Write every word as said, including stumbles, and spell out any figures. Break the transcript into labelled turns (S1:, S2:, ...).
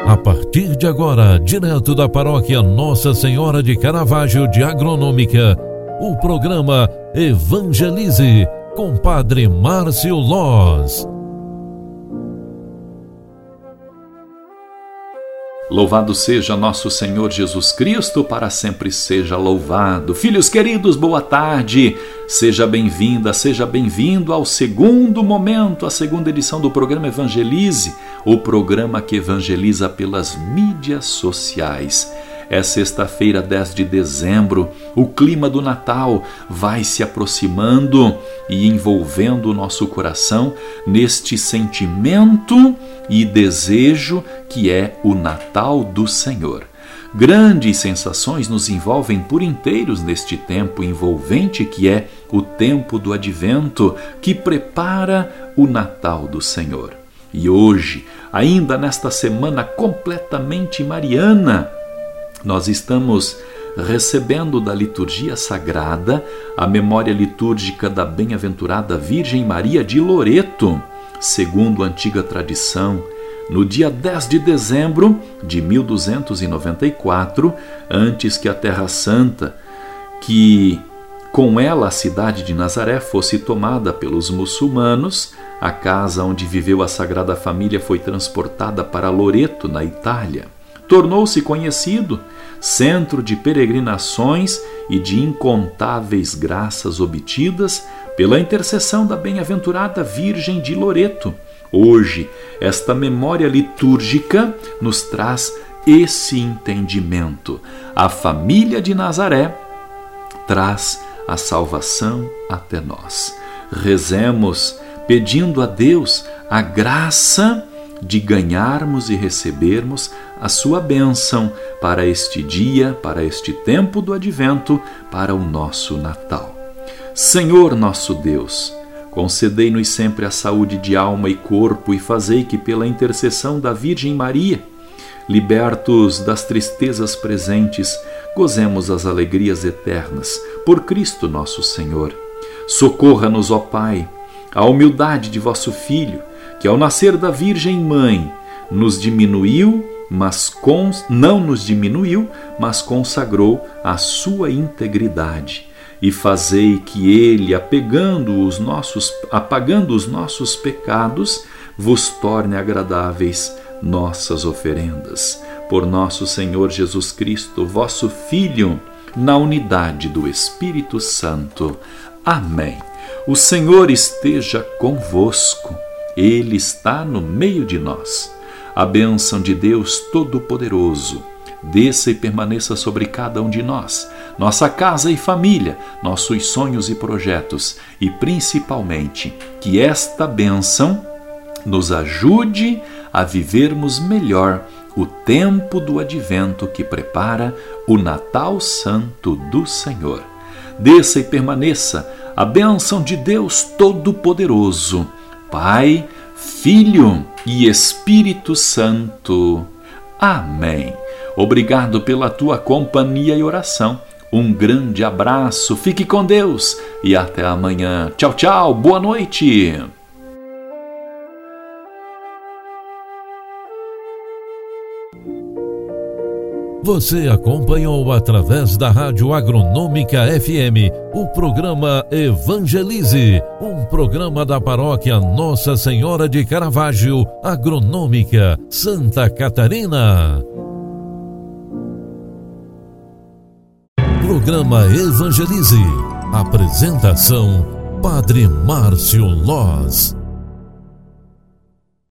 S1: A partir de agora, direto da paróquia Nossa Senhora de Caravaggio de Agronômica, o programa Evangelize com Padre Márcio Loz.
S2: Louvado seja nosso Senhor Jesus Cristo, para sempre seja louvado. Filhos queridos, boa tarde. Seja bem-vinda, seja bem-vindo ao segundo momento, a segunda edição do programa Evangelize, o programa que evangeliza pelas mídias sociais. É sexta-feira, dez de dezembro, o clima do Natal vai se aproximando e envolvendo o nosso coração neste sentimento e desejo que é o Natal do Senhor. Grandes sensações nos envolvem por inteiros neste tempo envolvente que é o tempo do Advento, que prepara o Natal do Senhor. E hoje, ainda nesta semana completamente mariana, nós estamos recebendo da liturgia sagrada a memória litúrgica da bem-aventurada Virgem Maria de Loreto, segundo a antiga tradição. No dia dez de dezembro de mil duzentos e noventa e quatro, antes que a Terra Santa, que com ela a cidade de Nazaré fosse tomada pelos muçulmanos, a casa onde viveu a Sagrada Família foi transportada para Loreto, na Itália. Tornou-se conhecido centro de peregrinações e de incontáveis graças obtidas pela intercessão da bem-aventurada Virgem de Loreto. Hoje, esta memória litúrgica nos traz esse entendimento. A família de Nazaré traz a salvação até nós. Rezemos pedindo a Deus a graça de ganharmos e recebermos a sua bênção para este dia, para este tempo do Advento, para o nosso Natal. Senhor nosso Deus, concedei-nos sempre a saúde de alma e corpo e fazei que, pela intercessão da Virgem Maria, libertos das tristezas presentes, gozemos as alegrias eternas. Por Cristo nosso Senhor. Socorra-nos, ó Pai, a humildade de vosso Filho, que ao nascer da Virgem Mãe nos diminuiu, mas com, não nos diminuiu, mas consagrou a sua integridade. E fazei que Ele, apegando os nossos, apagando os nossos pecados, vos torne agradáveis nossas oferendas. Por nosso Senhor Jesus Cristo, vosso Filho, na unidade do Espírito Santo. Amém. O Senhor esteja convosco. Ele está no meio de nós. A bênção de Deus Todo-Poderoso desça e permaneça sobre cada um de nós, nossa casa e família, nossos sonhos e projetos, e principalmente que esta bênção nos ajude a vivermos melhor o tempo do Advento que prepara o Natal Santo do Senhor. Desça e permaneça a bênção de Deus Todo-Poderoso, Pai, Filho e Espírito Santo. Amém. Obrigado pela tua companhia e oração. Um grande abraço, fique com Deus e até amanhã. Tchau, tchau, boa noite.
S1: Você acompanhou através da Rádio Agronômica F M o programa Evangelize, um programa da paróquia Nossa Senhora de Caravaggio, Agronômica, Santa Catarina. Programa Evangelize. Apresentação: Padre Márcio Loz.